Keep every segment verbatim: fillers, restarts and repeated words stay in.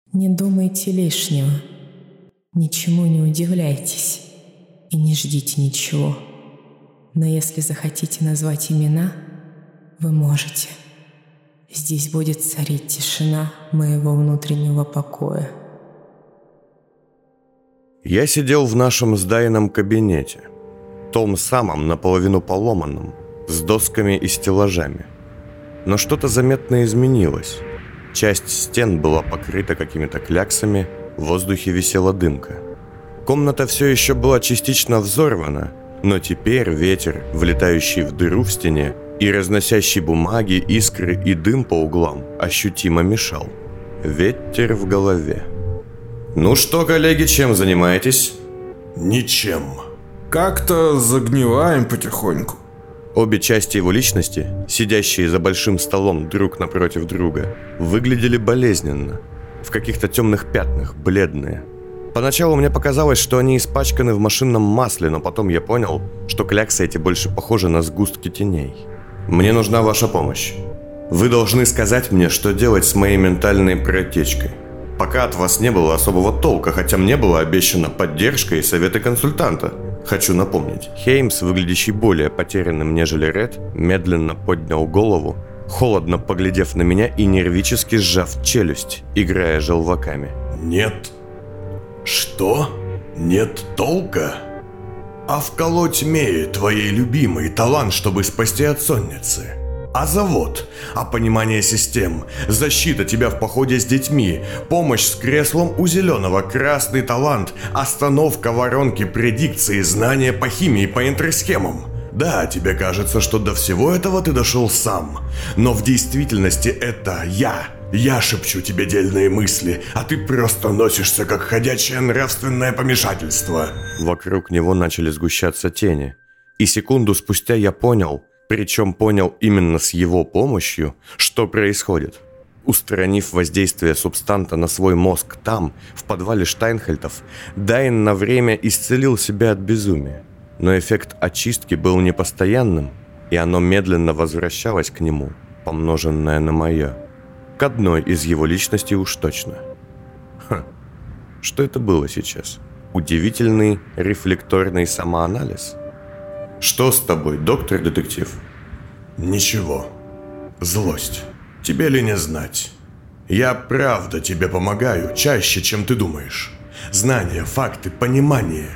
Не думайте лишнего, ничему не удивляйтесь и не ждите ничего. Но если захотите назвать имена, вы можете. Здесь будет царить тишина моего внутреннего покоя. Я сидел в нашем с Дайном кабинете, том самом, наполовину поломанном, с досками и стеллажами. Но что-то заметно изменилось. Часть стен была покрыта какими-то кляксами, в воздухе висела дымка. Комната все еще была частично взорвана, но теперь ветер, влетающий в дыру в стене и разносящий бумаги, искры и дым по углам, ощутимо мешал. Ветер в голове. «Ну что, коллеги, чем занимаетесь?» «Ничем. Как-то загниваем потихоньку». Обе части его личности, сидящие за большим столом друг напротив друга, выглядели болезненно, в каких-то темных пятнах, бледные. Поначалу мне показалось, что они испачканы в машинном масле, но потом я понял, что кляксы эти больше похожи на сгустки теней. «Мне нужна ваша помощь. Вы должны сказать мне, что делать с моей ментальной протечкой. Пока от вас не было особого толка, хотя мне была обещана поддержка и советы консультанта. Хочу напомнить». Хеймс, выглядящий более потерянным, нежели Ред, медленно поднял голову, холодно поглядев на меня и нервически сжав челюсть, играя желваками. «Нет. Что? Нет толка? А вколоть Мее, твоей любимой, талант, чтобы спасти от сонницы? А завод? А понимание систем? Защита тебя в походе с детьми? Помощь с креслом у зеленого? Красный талант? Остановка воронки предикции? Знания по химии, по интерсхемам? Да, тебе кажется, что до всего этого ты дошел сам. Но в действительности это я. Я шепчу тебе дельные мысли, а ты просто носишься, как ходячее нравственное помешательство». Вокруг него начали сгущаться тени. И секунду спустя я понял, причем понял именно с его помощью, что происходит. Устранив воздействие субстанта на свой мозг там, в подвале Штайнхельтов, Дайн на время исцелил себя от безумия. Но эффект очистки был непостоянным, и оно медленно возвращалось к нему, помноженное на мое. К одной из его личностей уж точно. Ха, что это было сейчас? Удивительный рефлекторный самоанализ? «Что с тобой, доктор-детектив?» «Ничего. Злость. Тебе ли не знать? Я правда тебе помогаю чаще, чем ты думаешь. Знания, факты, понимание.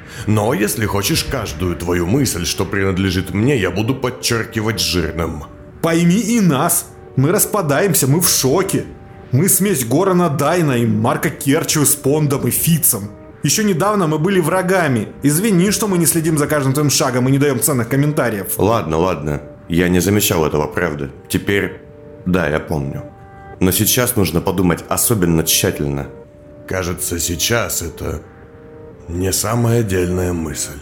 Но если хочешь каждую твою мысль, что принадлежит мне, я буду подчеркивать жирным». «Пойми и нас. Мы распадаемся, мы в шоке. Мы смесь Горана Дайна и Марка Керчева с Пондом и Фитцем. Еще недавно мы были врагами. Извини, что мы не следим за каждым твоим шагом и не даем ценных комментариев». «Ладно, ладно. Я не замечал этого, правда. Теперь... да, я помню. Но сейчас нужно подумать особенно тщательно». «Кажется, сейчас это не самая дельная мысль».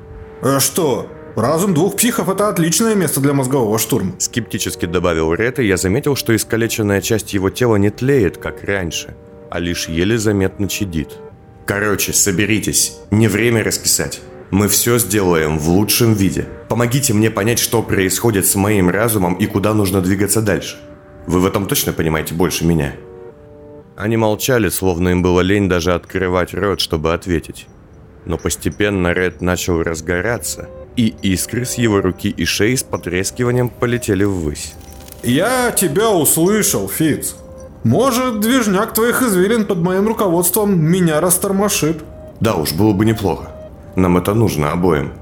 «А что? Разум двух психов – это отличное место для мозгового штурма», – скептически добавил Ред, и я заметил, что искалеченная часть его тела не тлеет, как раньше, а лишь еле заметно чадит. «Короче, соберитесь. Не время раскисать. Мы все сделаем в лучшем виде. Помогите мне понять, что происходит с моим разумом и куда нужно двигаться дальше. Вы в этом точно понимаете больше меня?» Они молчали, словно им было лень даже открывать рот, чтобы ответить. Но постепенно Ред начал разгораться, и искры с его руки и шеи с потрескиванием полетели ввысь. «Я тебя услышал, Фитц. Может, движняк твоих извилин под моим руководством меня растормошит». «Да уж, было бы неплохо. Нам это нужно обоим».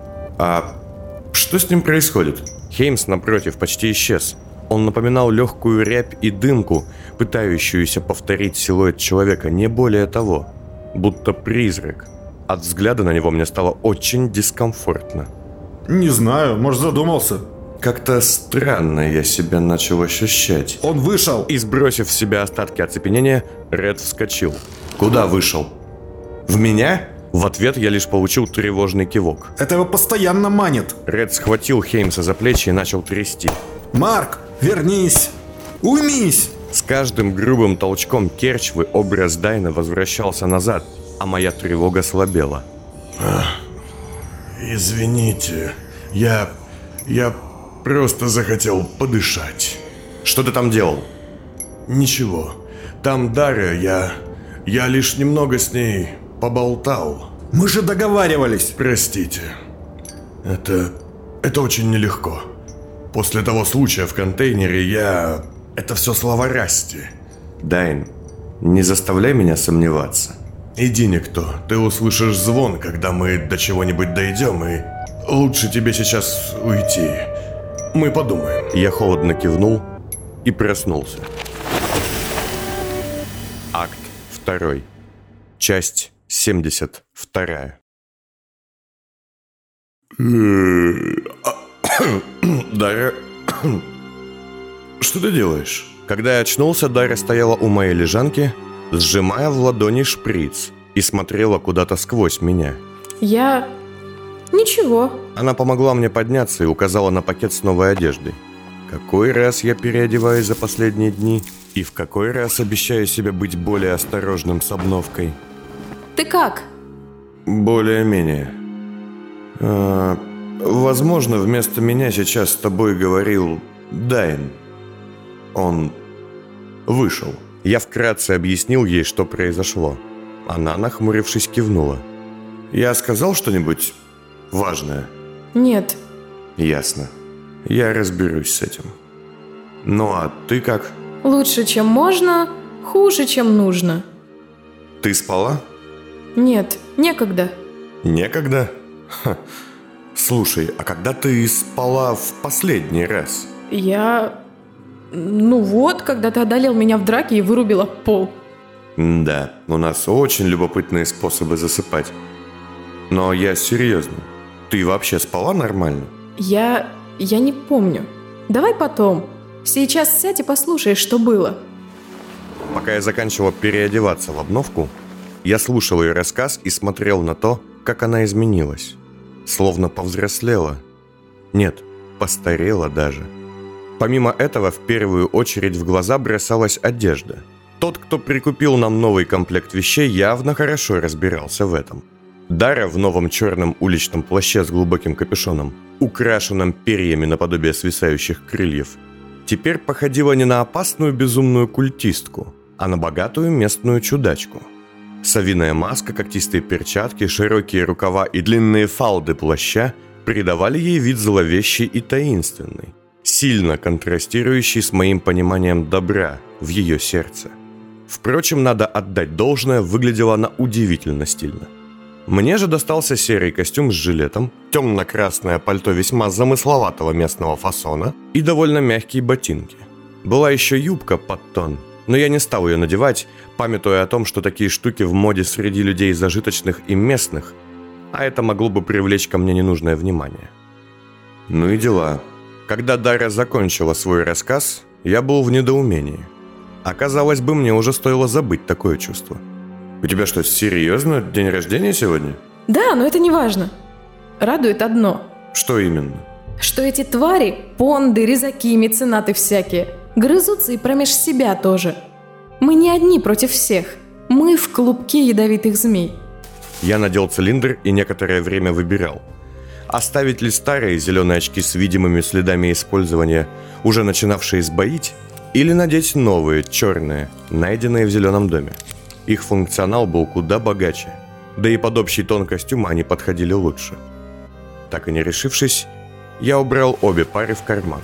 «А что с ним происходит?» Хеймс, напротив, почти исчез. Он напоминал легкую рябь и дымку, пытающуюся повторить силуэт человека, не более того. Будто призрак. От взгляда на него мне стало очень дискомфортно. «Не знаю, может, задумался». Как-то странно я себя начал ощущать. «Он вышел!» И, сбросив в себя остатки оцепенения, Ред вскочил. «Куда вышел? В меня?» В ответ я лишь получил тревожный кивок. «Это его постоянно манит!» Ред схватил Хеймса за плечи и начал трясти. «Марк, вернись! Уймись!» С каждым грубым толчком Керчвы образ Дайна возвращался назад, а моя тревога слабела. «Извините, я... я просто захотел подышать». «Что ты там делал?» «Ничего. Там Дарья, я... Я лишь немного с ней поболтал. Мы же договаривались. Простите. Это... Это очень нелегко. После того случая в контейнере я... Это все слова Расти. Дайн, не заставляй меня сомневаться. Иди, никто. Ты услышишь звон, когда мы до чего-нибудь дойдем, и лучше тебе сейчас уйти. Мы подумаем. Я холодно кивнул и проснулся. Акт второй. Часть семьдесят вторая. Дарья, что ты делаешь? Когда я очнулся, Дарья стояла у моей лежанки, сжимая в ладони шприц, и смотрела куда-то сквозь меня. Я... Ничего. Она помогла мне подняться и указала на пакет с новой одеждой. Какой раз я переодеваюсь за последние дни, и в какой раз обещаю себе быть более осторожным с обновкой. Ты как? Более-менее. А, возможно, вместо меня сейчас с тобой говорил Дайн. Он вышел. Я вкратце объяснил ей, что произошло. Она, нахмурившись, кивнула. Я сказал что-нибудь важное? Нет. Ясно. Я разберусь с этим. Ну а ты как? Лучше, чем можно, хуже, чем нужно. Ты спала? Нет, некогда. Некогда? Ха. Слушай, а когда ты спала в последний раз? Я... Ну вот, когда ты одолел меня в драке и вырубила пол. Да, у нас очень любопытные способы засыпать. Но я серьезно. Ты вообще спала нормально? Я... я не помню. Давай потом. Сейчас сядь и послушай, что было. Пока я заканчивал переодеваться в обновку, я слушал ее рассказ и смотрел на то, как она изменилась. Словно повзрослела. Нет, постарела даже. Помимо этого, в первую очередь в глаза бросалась одежда. Тот, кто прикупил нам новый комплект вещей, явно хорошо разбирался в этом. Дара в новом черном уличном плаще с глубоким капюшоном, украшенном перьями наподобие свисающих крыльев, теперь походила не на опасную безумную культистку, а на богатую местную чудачку. Совиная маска, когтистые перчатки, широкие рукава и длинные фалды плаща придавали ей вид зловещий и таинственный, сильно контрастирующий с моим пониманием добра в ее сердце. Впрочем, надо отдать должное, выглядела она удивительно стильно. Мне же достался серый костюм с жилетом, темно-красное пальто весьма замысловатого местного фасона и довольно мягкие ботинки. Была еще юбка под тон, но я не стал ее надевать, памятуя о том, что такие штуки в моде среди людей зажиточных и местных, а это могло бы привлечь ко мне ненужное внимание. Ну и дела. Когда Дара закончила свой рассказ, я был в недоумении. Оказалось бы, мне уже стоило забыть такое чувство. У тебя что, серьезно? День рождения сегодня? Да, но это не важно. Радует одно. Что именно? Что эти твари, понды, резаки, меценаты всякие, грызутся и промеж себя тоже. Мы не одни против всех. Мы в клубке ядовитых змей. Я надел цилиндр и некоторое время выбирал. Оставить ли старые зеленые очки с видимыми следами использования, уже начинавшие сбоить, или надеть новые, черные, найденные в зеленом доме. Их функционал был куда богаче, да и под общий тон костюма они подходили лучше. Так и не решившись, я убрал обе пары в карман.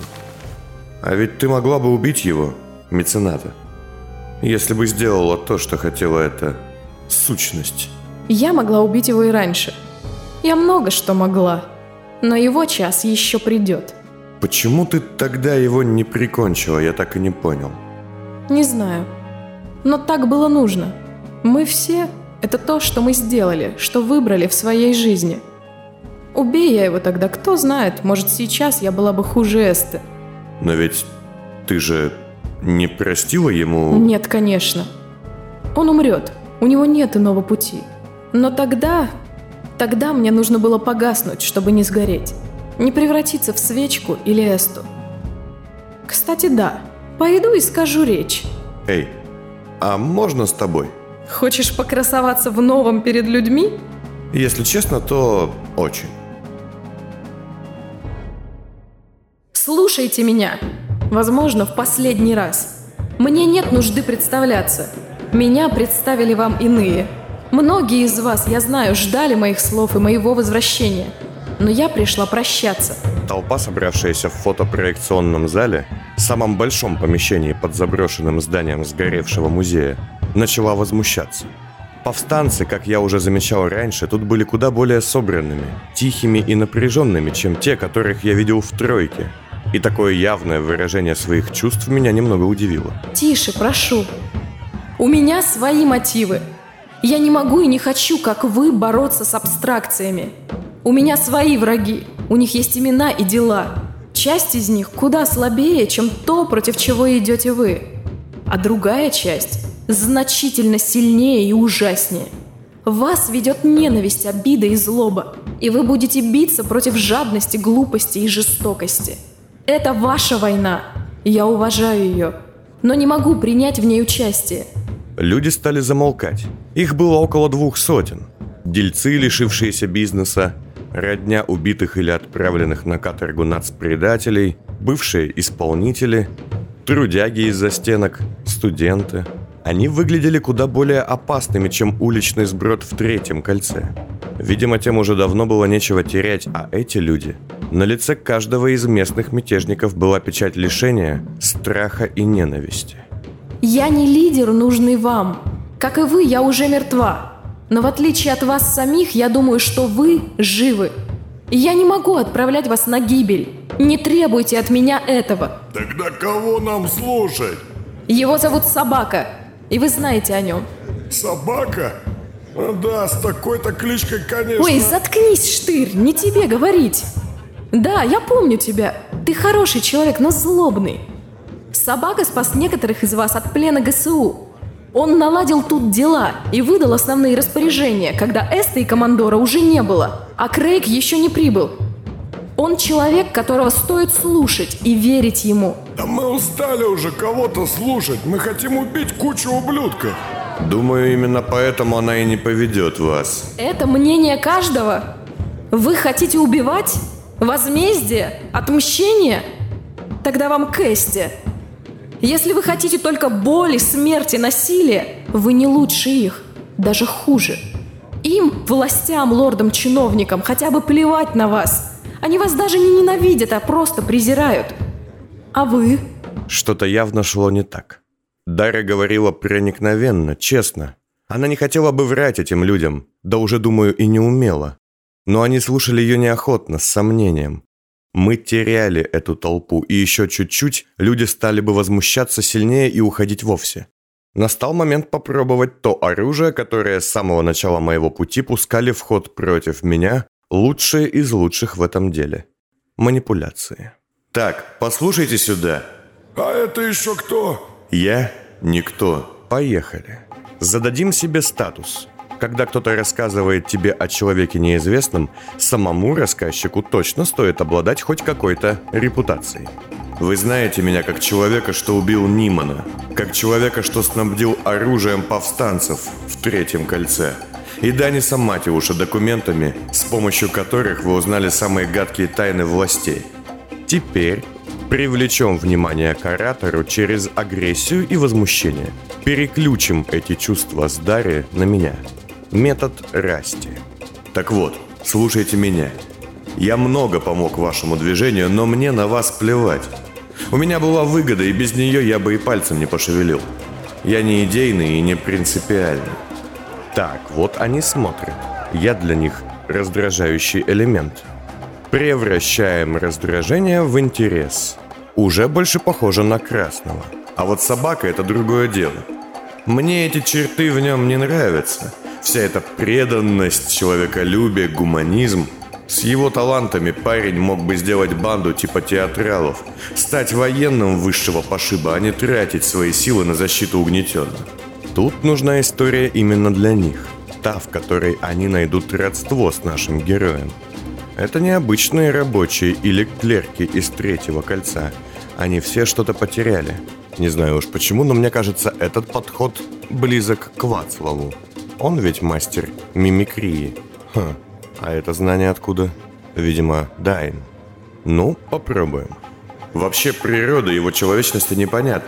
А ведь ты могла бы убить его, мецената, если бы сделала то, что хотела эта сущность. Я могла убить его и раньше. Я много что могла, но его час еще придет. Почему ты тогда его не прикончила, я так и не понял. Не знаю, но так было нужно. Мы все – это то, что мы сделали, что выбрали в своей жизни. Убей я его тогда, кто знает, может, сейчас я была бы хуже Эсты. Но ведь ты же не простила ему... Нет, конечно. Он умрет, у него нет иного пути. Но тогда... Тогда мне нужно было погаснуть, чтобы не сгореть. Не превратиться в свечку или Эсту. Кстати, да, пойду и скажу речь. Эй, а можно с тобой? Хочешь покрасоваться в новом перед людьми? Если честно, то очень. Слушайте меня. Возможно, в последний раз. Мне нет нужды представляться. Меня представили вам иные. Многие из вас, я знаю, ждали моих слов и моего возвращения. Но я пришла прощаться. Толпа, собравшаяся в фотопроекционном зале, самом большом помещении под заброшенным зданием сгоревшего музея, начала возмущаться. Повстанцы, как я уже замечал раньше, тут были куда более собранными, тихими и напряженными, чем те, которых я видел в тройке. И такое явное выражение своих чувств меня немного удивило. Тише, прошу. У меня свои мотивы. Я не могу и не хочу, как вы, бороться с абстракциями. У меня свои враги. У них есть имена и дела. Часть из них куда слабее, чем то, против чего идете вы. А другая часть значительно сильнее и ужаснее. Вас ведет ненависть, обида и злоба. И вы будете биться против жадности, глупости и жестокости. Это ваша война. Я уважаю ее. Но не могу принять в ней участие. Люди стали замолкать. Их было около двух сотен. Дельцы, лишившиеся бизнеса, родня убитых или отправленных на каторгу нацпредателей, бывшие исполнители, трудяги из-за стенок, студенты. Они выглядели куда более опасными, чем уличный сброд в третьем кольце. Видимо, тем уже давно было нечего терять, а эти люди... На лице каждого из местных мятежников была печать лишения, страха и ненависти. Я не лидер, нужный вам. Как и вы, я уже мертва. Но в отличие от вас самих, я думаю, что вы живы. И я не могу отправлять вас на гибель. Не требуйте от меня этого. Тогда кого нам слушать? Его зовут Собака, и вы знаете о нем. Собака? Да, с такой-то кличкой, конечно. Ой, заткнись, Штырь, не тебе говорить. Да, я помню тебя. Ты хороший человек, но злобный. Собака спас некоторых из вас от плена ГСУ. Он наладил тут дела и выдал основные распоряжения, когда Эста и командора уже не было, а Крейг еще не прибыл. Он человек, которого стоит слушать и верить ему. Да мы устали уже кого-то слушать. Мы хотим убить кучу ублюдков. Думаю, именно поэтому она и не поведет вас. Это мнение каждого? Вы хотите убивать? Возмездие? Отмщение? Тогда вам Кэсти. Если вы хотите только боли, смерти, насилия, вы не лучше их, даже хуже. Им, властям, лордам, чиновникам, хотя бы плевать на вас. Они вас даже не ненавидят, а просто презирают. А вы? Что-то явно шло не так. Дарья говорила проникновенно, честно. Она не хотела бы врать этим людям, да уже, думаю, и не умела. Но они слушали ее неохотно, с сомнением. Мы теряли эту толпу, и еще чуть-чуть люди стали бы возмущаться сильнее и уходить вовсе. Настал момент попробовать то оружие, которое с самого начала моего пути пускали в ход против меня лучшие из лучших в этом деле. Манипуляции. Так, послушайте сюда. А это еще кто? Я никто. Поехали. Зададим себе статус. Когда кто-то рассказывает тебе о человеке неизвестном, самому рассказчику точно стоит обладать хоть какой-то репутацией. Вы знаете меня как человека, что убил Нимана, как человека, что снабдил оружием повстанцев в Третьем кольце, и Даниса Матиуша документами, с помощью которых вы узнали самые гадкие тайны властей. Теперь привлечем внимание к оратору через агрессию и возмущение. Переключим эти чувства с Дарьи на меня. Метод Расти. Так вот, слушайте меня. Я много помог вашему движению, но мне на вас плевать. У меня была выгода, и без нее я бы и пальцем не пошевелил. Я не идейный и не принципиальный. Так, вот они смотрят. Я для них раздражающий элемент. Превращаем раздражение в интерес. Уже больше похоже на красного. А вот собака – это другое дело. Мне эти черты в нем не нравятся. Вся эта преданность, человеколюбие, гуманизм. С его талантами парень мог бы сделать банду типа театралов, стать военным высшего пошиба, а не тратить свои силы на защиту угнетенных. Тут нужна история именно для них. Та, в которой они найдут родство с нашим героем. Это не обычные рабочие или клерки из Третьего кольца. Они все что-то потеряли. Не знаю уж почему, но мне кажется, этот подход близок к Вацлаву. Он ведь мастер мимикрии. Хм, а это знание откуда? Видимо, Дайн. Ну, попробуем. Вообще, природа его человечности непонятна.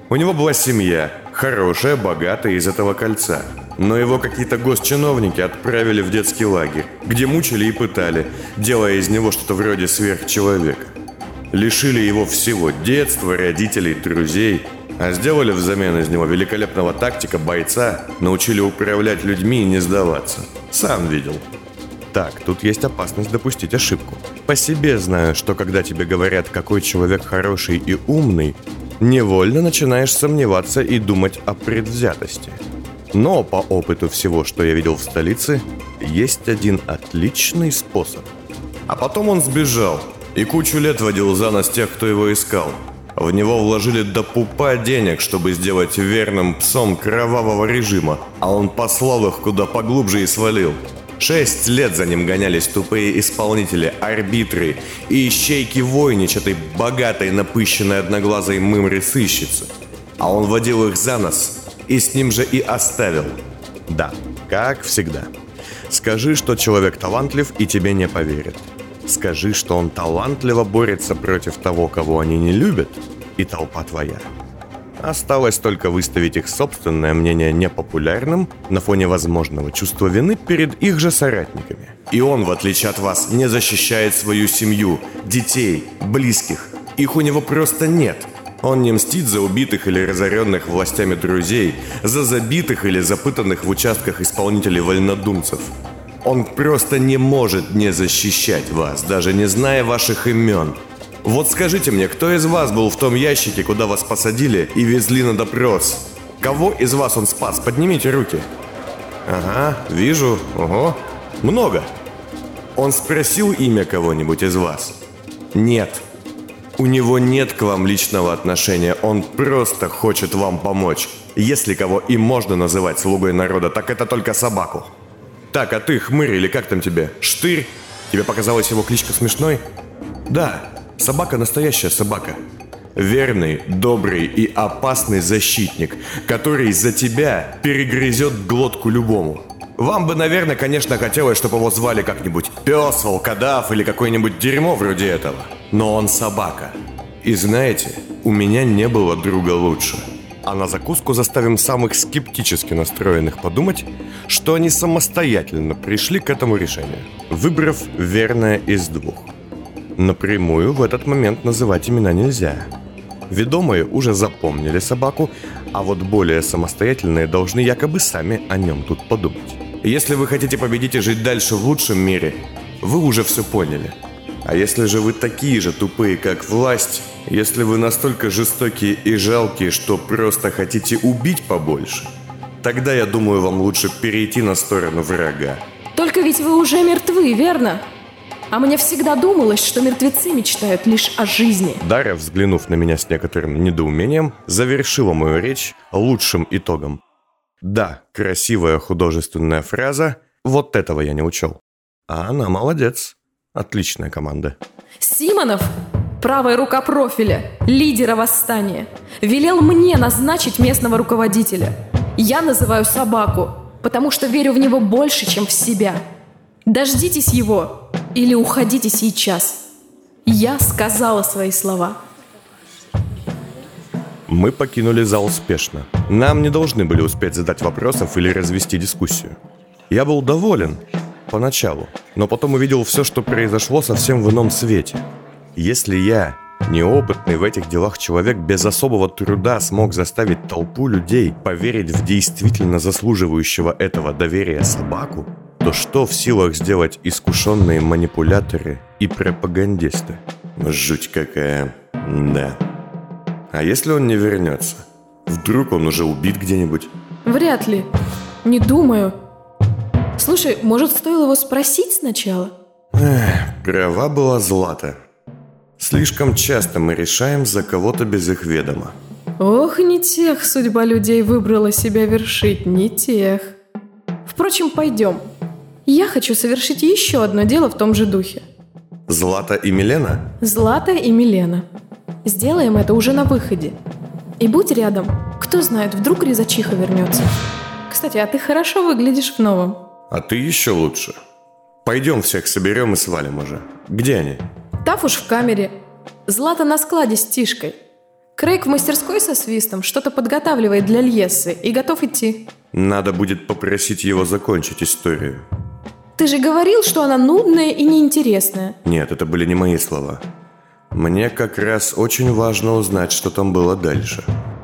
У него была семья, хорошая, богатая, из этого кольца. Но его какие-то госчиновники отправили в детский лагерь, где мучили и пытали, делая из него что-то вроде сверхчеловека. Лишили его всего – детства, родителей, друзей, а сделали взамен из него великолепного тактика, бойца, научили управлять людьми и не сдаваться. Сам видел. Так, тут есть опасность допустить ошибку. По себе знаю, что когда тебе говорят, какой человек хороший и умный, невольно начинаешь сомневаться и думать о предвзятости. Но по опыту всего, что я видел в столице, есть один отличный способ. А потом он сбежал и кучу лет водил за нос тех, кто его искал. В него вложили до пупа денег, чтобы сделать верным псом кровавого режима, а он послал их куда поглубже и свалил. Шесть лет за ним гонялись тупые исполнители, арбитры и ищейки войнич этой богатой, напыщенной одноглазой мымры-сыщицы. А он водил их за нос и с ним же и оставил. Да, как всегда. Скажи, что человек талантлив, и тебе не поверят. Скажи, что он талантливо борется против того, кого они не любят, и толпа твоя. Осталось только выставить их собственное мнение непопулярным на фоне возможного чувства вины перед их же соратниками. И он, в отличие от вас, не защищает свою семью, детей, близких. Их у него просто нет. Он не мстит за убитых или разоренных властями друзей, за забитых или запытанных в участках исполнителей вольнодумцев. Он просто не может не защищать вас, даже не зная ваших имен. Вот скажите мне, кто из вас был в том ящике, куда вас посадили и везли на допрос? Кого из вас он спас? Поднимите руки. Ага, вижу. Ого. Много. Он спросил имя кого-нибудь из вас? Нет. У него нет к вам личного отношения. Он просто хочет вам помочь. Если кого и можно называть слугой народа, так это только собаку. Так, а ты, хмырь, или как там тебе? Штырь? Тебе показалась его кличка смешной? Да. Собака – настоящая собака. Верный, добрый и опасный защитник, который за тебя перегрызет глотку любому. Вам бы, наверное, конечно, хотелось, чтобы его звали как-нибудь пес, волкодав или какое-нибудь дерьмо вроде этого. Но он собака. И знаете, у меня не было друга лучше. А на закуску заставим самых скептически настроенных подумать, что они самостоятельно пришли к этому решению, выбрав верное из двух. Напрямую в этот момент называть имена нельзя. Ведомые уже запомнили собаку, а вот более самостоятельные должны якобы сами о нем тут подумать. Если вы хотите победить и жить дальше в лучшем мире, вы уже все поняли. А если же вы такие же тупые, как власть, если вы настолько жестокие и жалкие, что просто хотите убить побольше, тогда, я думаю, вам лучше перейти на сторону врага. Только ведь вы уже мертвы, верно? А мне всегда думалось, что мертвецы мечтают лишь о жизни. Дарья, взглянув на меня с некоторым недоумением, завершила мою речь лучшим итогом. Да, красивая художественная фраза, вот этого я не учел. А она молодец. Отличная команда. Симонов, правая рука профиля, лидера восстания, велел мне назначить местного руководителя. Я называю собаку, потому что верю в него больше, чем в себя. Дождитесь его или уходите сейчас. Я сказала свои слова. Мы покинули зал спешно. Нам не должны были успеть задать вопросов или развести дискуссию. Я был доволен поначалу, но потом увидел все, что произошло, совсем в ином свете. Если я, неопытный в этих делах человек, без особого труда смог заставить толпу людей поверить в действительно заслуживающего этого доверия собаку, то что в силах сделать искушенные манипуляторы и пропагандисты? Жуть какая, да. А если он не вернется? Вдруг он уже убит где-нибудь? Вряд ли. Не думаю. Слушай, может, стоило его спросить сначала? Эх, права была Злата. Слишком часто мы решаем за кого-то без их ведома. Ох, не тех судьба людей выбрала себя вершить, не тех. Впрочем, пойдем. Я хочу совершить еще одно дело в том же духе. Злата и Милена? Злата и Милена. Сделаем это уже на выходе. И будь рядом. Кто знает, вдруг резачиха вернется. Кстати, а ты хорошо выглядишь в новом. А ты еще лучше. Пойдем всех соберем и свалим уже. Где они? Тафуш в камере. Злата на складе с Тишкой. Крейг в мастерской со свистом что-то подготавливает для Льессы и готов идти. Надо будет попросить его закончить историю. Ты же говорил, что она нудная и неинтересная. Нет, это были не мои слова. Мне как раз очень важно узнать, что там было дальше.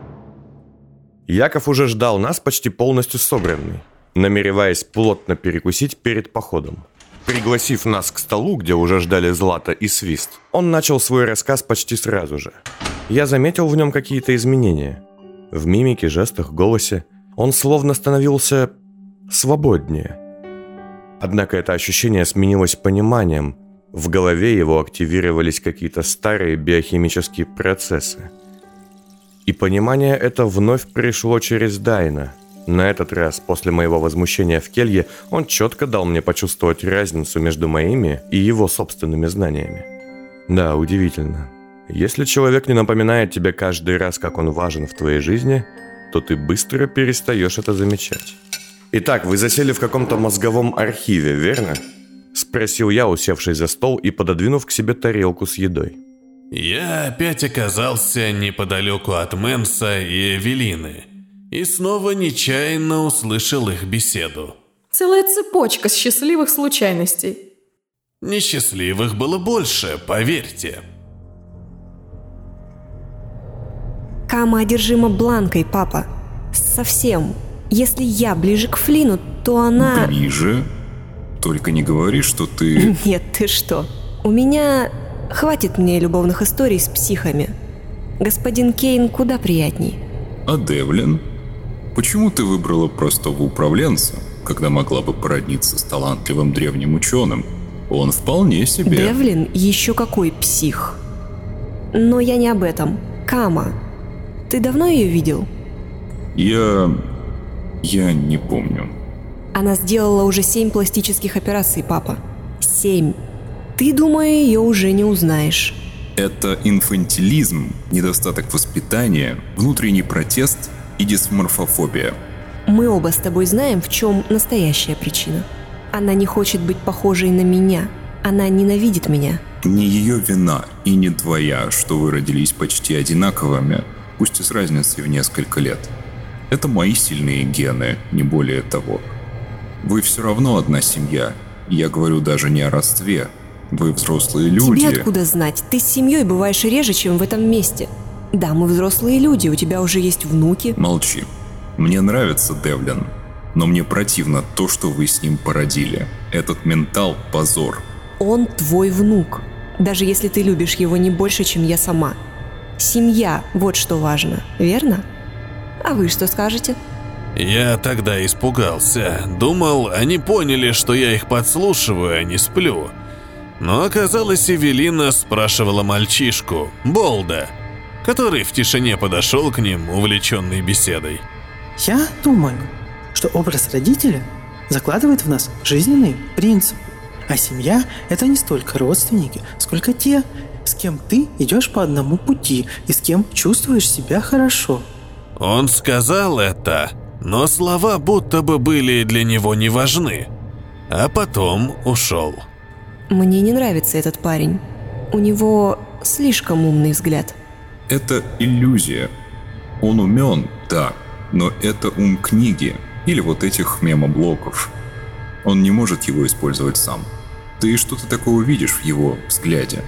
Яков уже ждал нас почти полностью собранный, намереваясь плотно перекусить перед походом. Пригласив нас к столу, где уже ждали Злата и Свист, он начал свой рассказ почти сразу же. Я заметил в нем какие-то изменения. В мимике, жестах, голосе. Он словно становился свободнее. Однако это ощущение сменилось пониманием. В голове его активировались какие-то старые биохимические процессы. И понимание это вновь пришло через Дайна. На этот раз, после моего возмущения в келье, он четко дал мне почувствовать разницу между моими и его собственными знаниями. Да, удивительно. Если человек не напоминает тебе каждый раз, как он важен в твоей жизни, то ты быстро перестаешь это замечать. Итак, вы засели в каком-то мозговом архиве, верно? Спросил я, усевшись за стол и пододвинув к себе тарелку с едой. Я опять оказался неподалеку от Мэнса и Эвелины. И снова нечаянно услышал их беседу. Целая цепочка счастливых случайностей. Несчастливых было больше, поверьте. Кама одержима Бланкой, папа. Совсем. Если я ближе к Флину, то она... Ближе? Только не говори, что ты... Нет, ты что? У меня... Хватит мне любовных историй с психами. Господин Кейн куда приятней. А Девлин? Почему ты выбрала простого управленца, когда могла бы породниться с талантливым древним ученым? Он вполне себе... Девлин еще какой псих. Но я не об этом. Кама. Ты давно ее видел? Я... я не помню. Она сделала уже семь пластических операций, папа. Семь. Ты, думаю, ее уже не узнаешь. Это инфантилизм, недостаток воспитания, внутренний протест и дисморфофобия. Мы оба с тобой знаем, в чем настоящая причина. Она не хочет быть похожей на меня. Она ненавидит меня. Не ее вина и не твоя, что вы родились почти одинаковыми, пусть и с разницей в несколько лет. Это мои сильные гены, не более того. Вы все равно одна семья. Я говорю даже не о родстве. Вы взрослые люди. Тебе откуда знать? Ты с семьей бываешь реже, чем в этом месте. Да, мы взрослые люди, у тебя уже есть внуки. Молчи. Мне нравится Девлин, но мне противно то, что вы с ним породили. Этот ментал – позор. Он твой внук, даже если ты любишь его не больше, чем я сама. Семья – вот что важно, верно? А вы что скажете? Я тогда испугался. Думал, они поняли, что я их подслушиваю, а не сплю. Но оказалось, Эвелина спрашивала мальчишку, Болда, который в тишине подошел к ним, увлеченный беседой. Я думаю, что образ родителя закладывает в нас жизненные принципы. А семья – это не столько родственники, сколько те, с кем ты идешь по одному пути и с кем чувствуешь себя хорошо. Он сказал это, но слова будто бы были для него не важны. А потом ушел. Мне не нравится этот парень. У него слишком умный взгляд. Это иллюзия. Он умен, да, но это ум книги или вот этих мемоблоков. Он не может его использовать сам. Ты что-то такого видишь в его взгляде?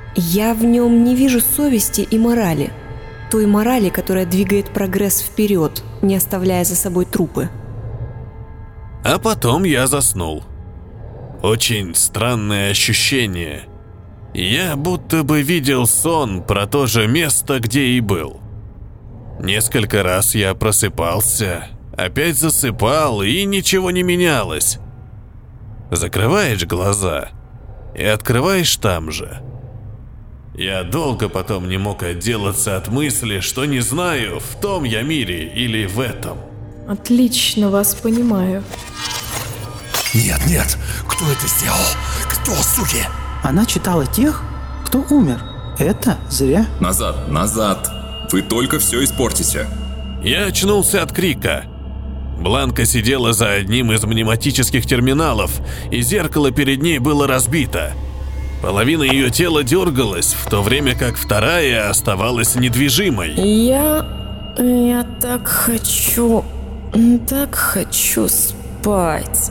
Я в нем не вижу совести и морали. Той морали, которая двигает прогресс вперед, не оставляя за собой трупы. А потом я заснул. Очень странное ощущение. Я будто бы видел сон про то же место, где и был. Несколько раз я просыпался, опять засыпал, и ничего не менялось. Закрываешь глаза и открываешь там же. Я долго потом не мог отделаться от мысли, что не знаю, в том я мире или в этом. Отлично вас понимаю. Нет, нет, кто это сделал? Кто, суки? Она читала тех, кто умер. Это зря. Назад, назад. Вы только все испортите. Я очнулся от крика. Бланка сидела за одним из мнематических терминалов, и зеркало перед ней было разбито. Половина ее тела дергалась, в то время как вторая оставалась недвижимой. Я... я так хочу... так хочу спать.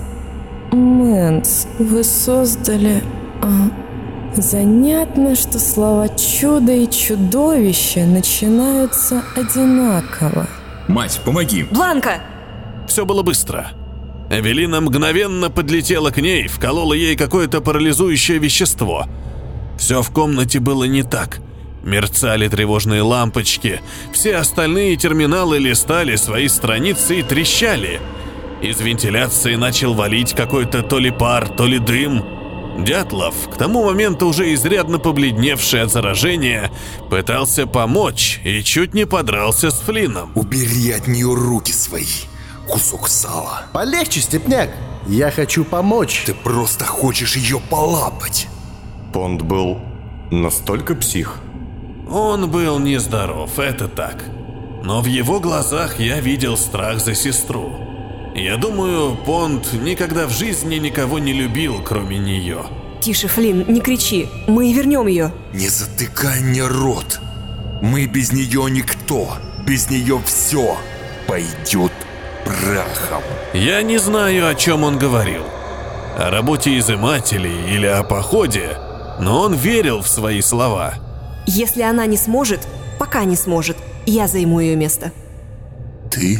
Мэнс, вы создали... А, занятно, что слова «чудо» и «чудовище» начинаются одинаково. Мать, помоги! Бланка! Все было быстро. Эвелина мгновенно подлетела к ней, вколола ей какое-то парализующее вещество. Все в комнате было не так. Мерцали тревожные лампочки, все остальные терминалы листали свои страницы и трещали. Из вентиляции начал валить какой-то то ли пар, то ли дым. Дятлов, к тому моменту уже изрядно побледневший от заражения, пытался помочь и чуть не подрался с Флинном. Убери от нее руки свои, кусок сала. Полегче, Степняк, я хочу помочь. Ты просто хочешь ее полапать. Понт был настолько псих. Он был нездоров, это так. Но в его глазах я видел страх за сестру. Я думаю, Понт никогда в жизни никого не любил, кроме нее. Тише, Флинн, не кричи. Мы вернем ее. Не затыкай мне рот. Мы без нее никто. Без нее все пойдет прахом. Я не знаю, о чем он говорил. О работе изымателей или о походе, но он верил в свои слова. Если она не сможет, пока не сможет, я займу ее место. Ты?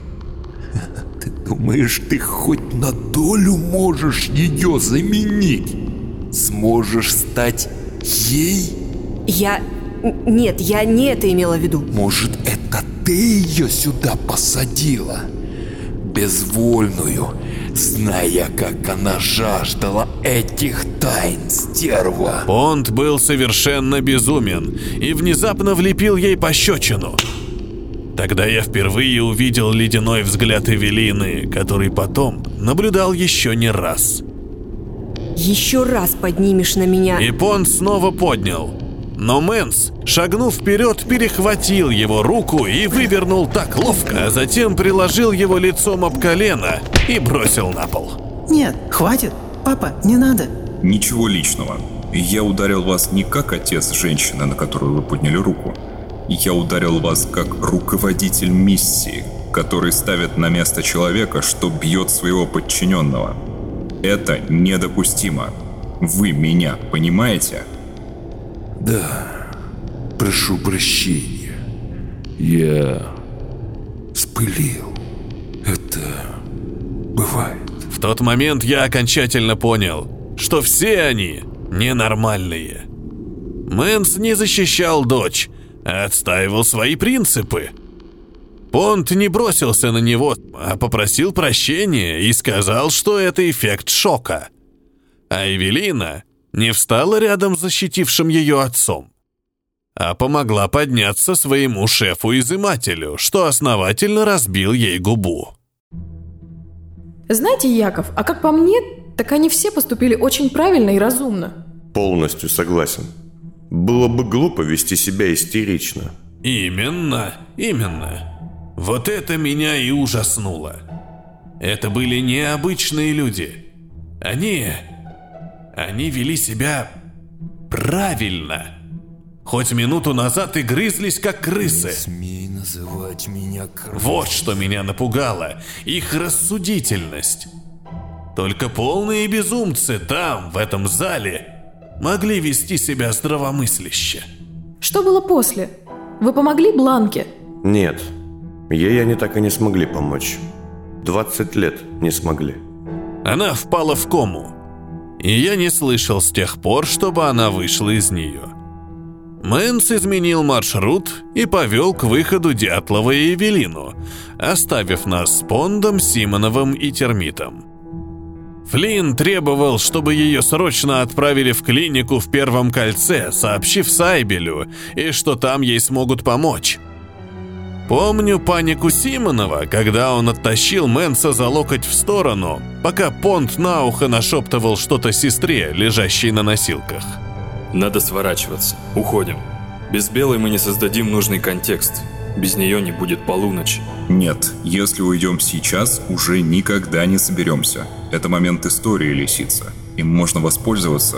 Ты думаешь, ты хоть на долю можешь ее заменить? Сможешь стать ей? Я... Нет, я не это имела в виду. Может, это ты ее сюда посадила? Безвольную, зная, как она жаждала этих тайн, стерва. Понт был совершенно безумен и внезапно влепил ей пощечину. Тогда я впервые увидел ледяной взгляд Эвелины, который потом наблюдал еще не раз. Еще раз поднимешь на меня. И Понт снова поднял. Но Мэнс, шагнув вперед, перехватил его руку и вывернул так ловко, а затем приложил его лицом об колено и бросил на пол. Нет, хватит. Папа, не надо. Ничего личного. Я ударил вас не как отец женщины, на которую вы подняли руку. Я ударил вас как руководитель миссии, который ставит на место человека, что бьет своего подчиненного. Это недопустимо. Вы меня понимаете? Да, прошу прощения. Я вспылил. Это бывает. В тот момент я окончательно понял, что все они ненормальные. Мэнс не защищал дочь, а отстаивал свои принципы. Понт не бросился на него, а попросил прощения и сказал, что это эффект шока. А Эвелина не встала рядом с защитившим ее отцом, а помогла подняться своему шефу-изымателю, что основательно разбил ей губу. Знаете, Яков, а как по мне, так они все поступили очень правильно и разумно. Полностью согласен. Было бы глупо вести себя истерично. Именно, именно. Вот это меня и ужаснуло. Это были необычные люди. Они... Они вели себя правильно. Хоть минуту назад и грызлись, как крысы. Не смей называть меня крысой. Вот что меня напугало. Их рассудительность. Только полные безумцы там, в этом зале, могли вести себя здравомысляще. Что было после? Вы помогли Бланке? Нет, ей они так и не смогли помочь. двадцать лет не смогли. Она впала в кому. И я не слышал с тех пор, чтобы она вышла из нее. Мэнс изменил маршрут и повел к выходу Дятлова и Эвелину, оставив нас с Пондом, Симоновым и Термитом. Флинн требовал, чтобы ее срочно отправили в клинику в Первом кольце, сообщив Сайбелю, и что там ей смогут помочь. Помню панику Симонова, когда он оттащил Мэнса за локоть в сторону, пока Понт на ухо нашептывал что-то сестре, лежащей на носилках. Надо сворачиваться. Уходим. Без Белой мы не создадим нужный контекст. Без нее не будет полуночи. Нет, если уйдем сейчас, уже никогда не соберемся. Это момент истории, лисица. Им можно воспользоваться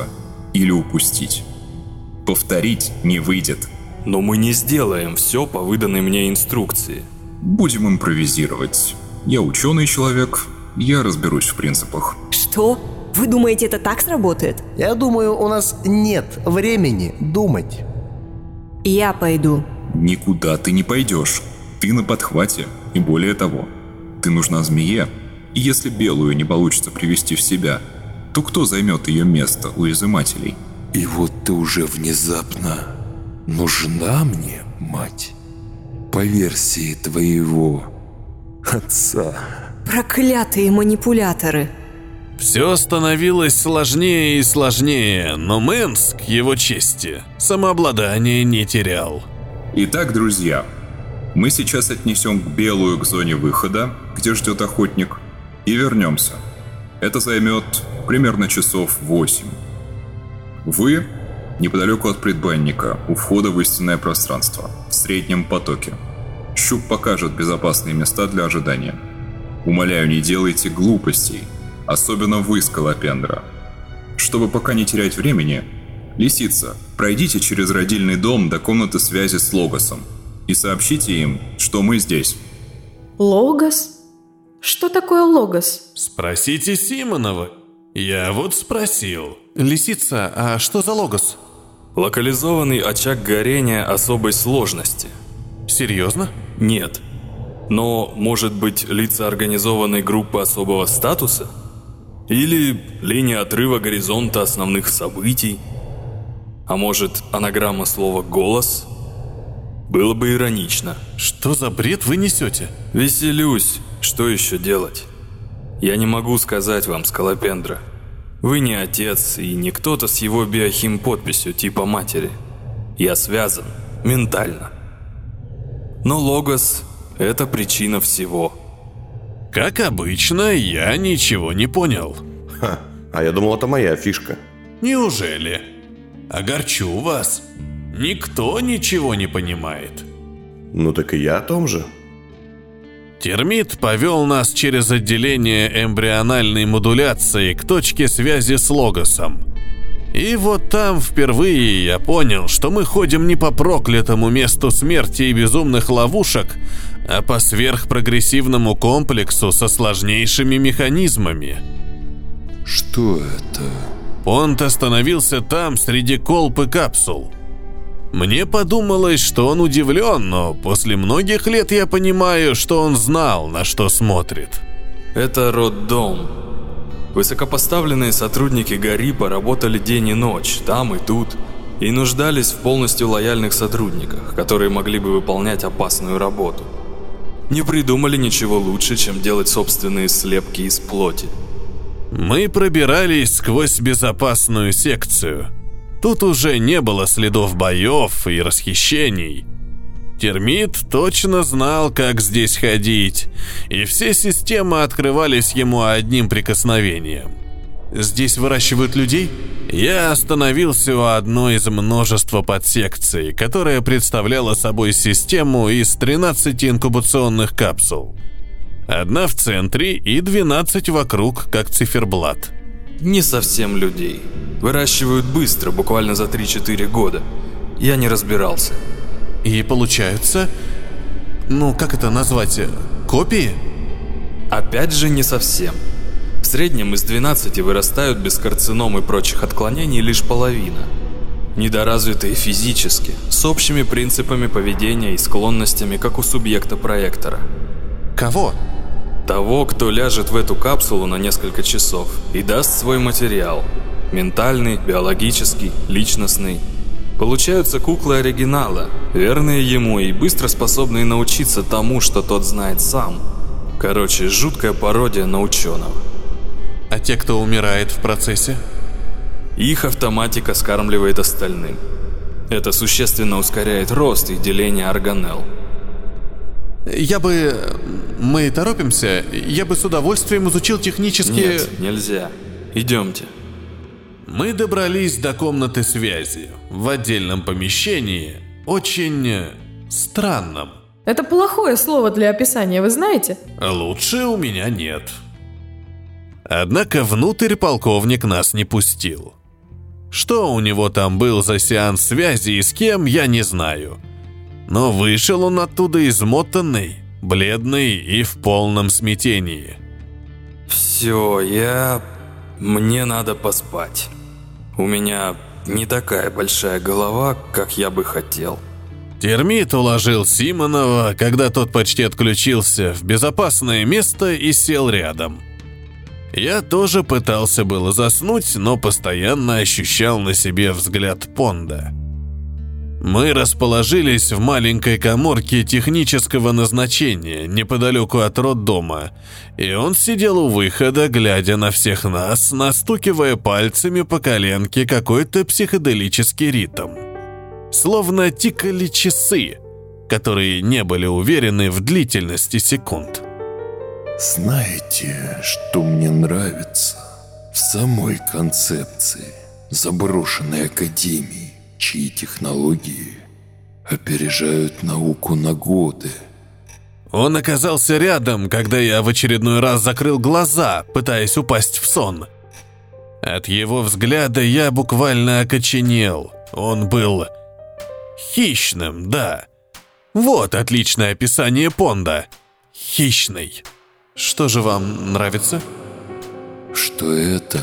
или упустить. Повторить не выйдет. Но мы не сделаем все по выданной мне инструкции. Будем импровизировать. Я ученый человек, я разберусь в принципах. Что? Вы думаете, это так сработает? Я думаю, у нас нет времени думать. Я пойду. Никуда ты не пойдешь. Ты на подхвате. И более того, ты нужна змее. И если белую не получится привести в себя, то кто займет ее место у изымателей? И вот ты уже внезапно нужна мне, мать, по версии твоего отца. Проклятые манипуляторы. Все становилось сложнее и сложнее, но Мэнс, к его чести, самообладание не терял. Итак, друзья, мы сейчас отнесем Белую к зоне выхода, где ждет охотник, и вернемся. Это займет примерно часов восемь. Вы неподалеку от предбанника, у входа в истинное пространство, в среднем потоке. Щуп покажет безопасные места для ожидания. Умоляю, не делайте глупостей, особенно вы, Скалопендра. Чтобы пока не терять времени, Лисица, пройдите через родильный дом до комнаты связи с Логосом и сообщите им, что мы здесь. Логос? Что такое Логос? Спросите Симонова. Я вот спросил. Лисица, а что за Логос? Локализованный очаг горения особой сложности. Серьезно? Нет. Но, может быть, лица организованной группы особого статуса? Или линия отрыва горизонта основных событий? А может, анаграмма слова «голос»? Было бы иронично. Что за бред вы несете? Веселюсь. Что еще делать? Я не могу сказать вам, Скалопендра. Вы не отец и не кто-то с его биохим-подписью типа матери. Я связан. Ментально. Но Логос – это причина всего. Как обычно, я ничего не понял. Ха, а я думал, это моя фишка. Неужели? Огорчу вас. Никто ничего не понимает. Ну так и я о том же. Термит повел нас через отделение эмбриональной модуляции к точке связи с Логосом. И вот там впервые я понял, что мы ходим не по проклятому месту смерти и безумных ловушек, а по сверхпрогрессивному комплексу со сложнейшими механизмами. Что это? Понт остановился там, среди колб и капсул. Мне подумалось, что он удивлен, но после многих лет я понимаю, что он знал, на что смотрит. Это роддом. Высокопоставленные сотрудники Гарипа работали день и ночь, там и тут, и нуждались в полностью лояльных сотрудниках, которые могли бы выполнять опасную работу. Не придумали ничего лучше, чем делать собственные слепки из плоти. Мы пробирались сквозь безопасную секцию. Тут уже не было следов боев и расхищений. Термит точно знал, как здесь ходить, и все системы открывались ему одним прикосновением. Здесь выращивают людей? Я остановился у одной из множества подсекций, которая представляла собой систему из тринадцати инкубационных капсул. Одна в центре и двенадцать вокруг, как циферблат. Не совсем людей. Выращивают быстро, буквально за три-четыре года. Я не разбирался. И получаются, ну как это назвать, копии? Опять же, не совсем. В среднем из двенадцати вырастают без карцином и прочих отклонений лишь половина. Недоразвитые физически, с общими принципами поведения и склонностями, как у субъекта-проектора. Кого? Того, кто ляжет в эту капсулу на несколько часов и даст свой материал. Ментальный, биологический, личностный. Получаются куклы оригинала, верные ему и быстро способные научиться тому, что тот знает сам. Короче, жуткая пародия на ученого. А те, кто умирает в процессе? Их автоматика скармливает остальным. Это существенно ускоряет рост и деление органелл. Я бы... Мы торопимся. Я бы с удовольствием изучил технические... Нет, нельзя. Идемте. Мы добрались до комнаты связи. В отдельном помещении. Очень... странном. Это плохое слово для описания, вы знаете? Лучше у меня нет. Однако внутрь полковник нас не пустил. Что у него там был за сеанс связи и с кем, я не знаю. Но вышел он оттуда измотанный, бледный и в полном смятении. Все, я... Мне надо поспать. У меня не такая большая голова, как я бы хотел. Термит уложил Симонова, когда тот почти отключился, в безопасное место и сел рядом. Я тоже пытался было заснуть, но постоянно ощущал на себе взгляд Понда. Мы расположились в маленькой каморке технического назначения, неподалеку от роддома, и он сидел у выхода, глядя на всех нас, настукивая пальцами по коленке какой-то психоделический ритм. Словно тикали часы, которые не были уверены в длительности секунд. Знаете, что мне нравится в самой концепции заброшенной академии, чьи технологии опережают науку на годы? Он оказался рядом, когда я в очередной раз закрыл глаза, пытаясь упасть в сон. От его взгляда я буквально окоченел. Он был хищным, да. Вот отличное описание Понда. Хищный. Что же вам нравится? Что это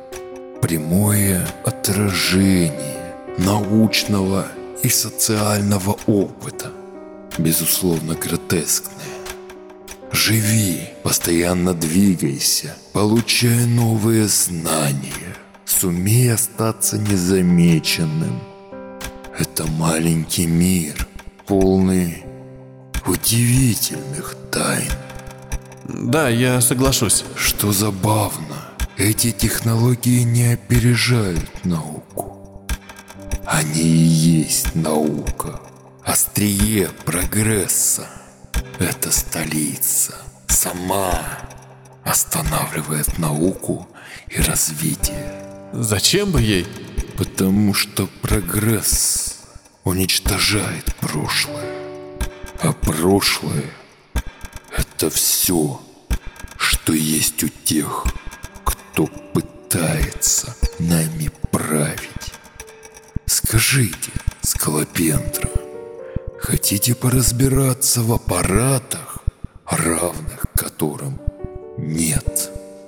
прямое отражение научного и социального опыта. Безусловно, гротескное. Живи, постоянно двигайся, получай новые знания, сумей остаться незамеченным. Это маленький мир, полный удивительных тайн. Да, я соглашусь. Что забавно, эти технологии не опережают науку. Они и есть наука, острие прогресса. Эта столица сама останавливает науку и развитие. Зачем бы ей? Потому что прогресс уничтожает прошлое. А прошлое — это все, что есть у тех, кто пытается нами править. Скажите, Скалопендра, хотите поразбираться в аппаратах, равных которым нет?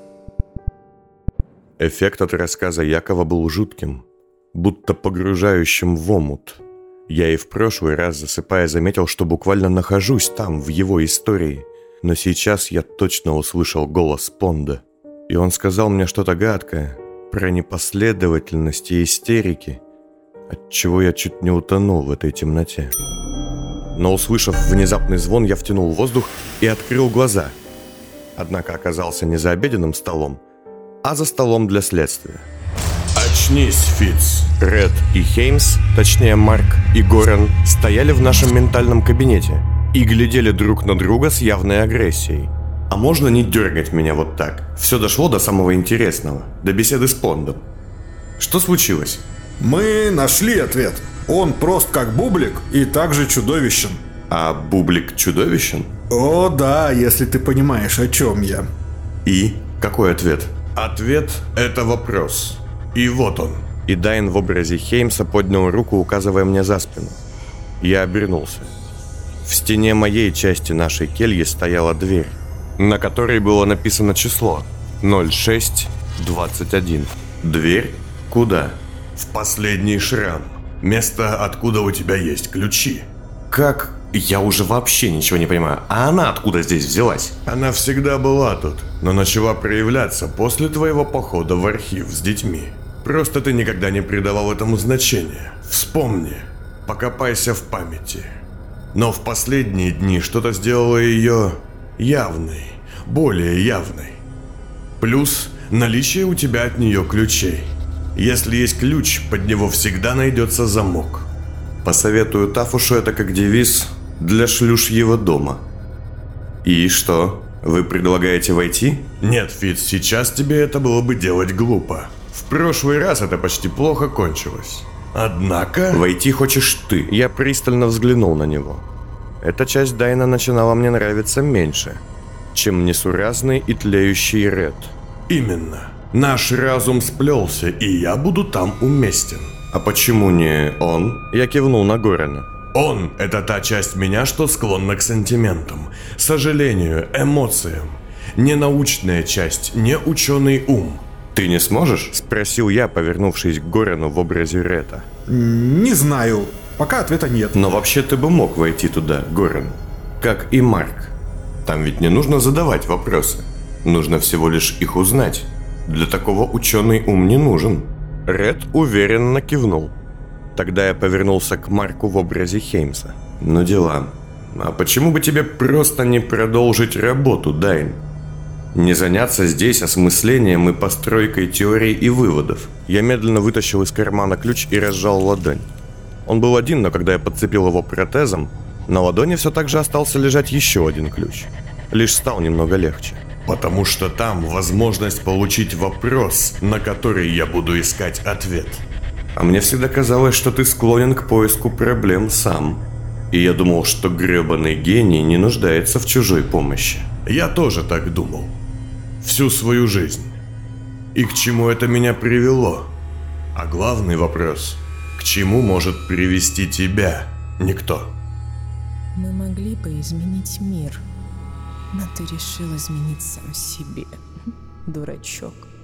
Эффект от рассказа Якова был жутким, будто погружающим в омут. Я и в прошлый раз, засыпая, заметил, что буквально нахожусь там, в его истории. Но сейчас я точно услышал голос Понда. И он сказал мне что-то гадкое про непоследовательность и истерики, отчего я чуть не утонул в этой темноте. Но, услышав внезапный звон, я втянул воздух и открыл глаза. Однако оказался не за обеденным столом, а за столом для следствия. Очнись, Фитц. Ред и Хеймс, точнее Марк и Горан, стояли в нашем ментальном кабинете и глядели друг на друга с явной агрессией. А можно не дергать меня вот так? Все дошло до самого интересного, до беседы с Пондом. Что случилось? Мы нашли ответ. Он прост как бублик и также чудовищен. А бублик чудовищен? О да, если ты понимаешь, о чем я. И? Какой ответ? Ответ – это вопрос. И вот он. И Дайн в образе Хеймса поднял руку, указывая мне за спину. Я обернулся. В стене моей части нашей кельи стояла дверь, на которой было написано число ноль шесть двадцать один. Дверь? Куда? В последний шрам. Место, откуда у тебя есть ключи. Как? Я уже вообще ничего не понимаю. А она откуда здесь взялась? Она всегда была тут, но начала проявляться после твоего похода в архив с детьми. Просто ты никогда не придавал этому значения. Вспомни, покопайся в памяти. Но в последние дни что-то сделало ее явной, более явной. Плюс наличие у тебя от нее ключей. Если есть ключ, под него всегда найдется замок. Посоветую Тафушу это как девиз для шлюшьего дома. И что, вы предлагаете войти? Нет, Фитц, сейчас тебе это было бы делать глупо. В прошлый раз это почти плохо кончилось. Однако... Войти хочешь ты. Я пристально взглянул на него. Эта часть Дайна начинала мне нравиться меньше, чем несуразный и тлеющий Ред. Именно. Наш разум сплелся, и я буду там уместен. А почему не он? Я кивнул на Горана. Он – это та часть меня, что склонна к сантиментам, сожалению, эмоциям. Не научная часть, не ученый ум. Ты не сможешь? Спросил я, повернувшись к Горану в образе Рета. Не знаю. Пока ответа нет. Но вообще ты бы мог войти туда, Горан. Как и Марк. Там ведь не нужно задавать вопросы. Нужно всего лишь их узнать. Для такого ученый ум не нужен. Ред уверенно кивнул. Тогда я повернулся к Марку в образе Хеймса. Ну дела. А почему бы тебе просто не продолжить работу, Дайн? Не заняться здесь осмыслением и постройкой теорий и выводов? Я медленно вытащил из кармана ключ и разжал ладонь. Он был один, но когда я подцепил его протезом, на ладони все так же остался лежать еще один ключ. Лишь стал немного легче. Потому что там возможность получить вопрос, на который я буду искать ответ. А мне всегда казалось, что ты склонен к поиску проблем сам. И я думал, что гребаный гений не нуждается в чужой помощи. Я тоже так думал. Всю свою жизнь. И к чему это меня привело? А главный вопрос, к чему может привести тебя никто? Мы могли бы изменить мир, но ты решил изменить сам себе, дурачок.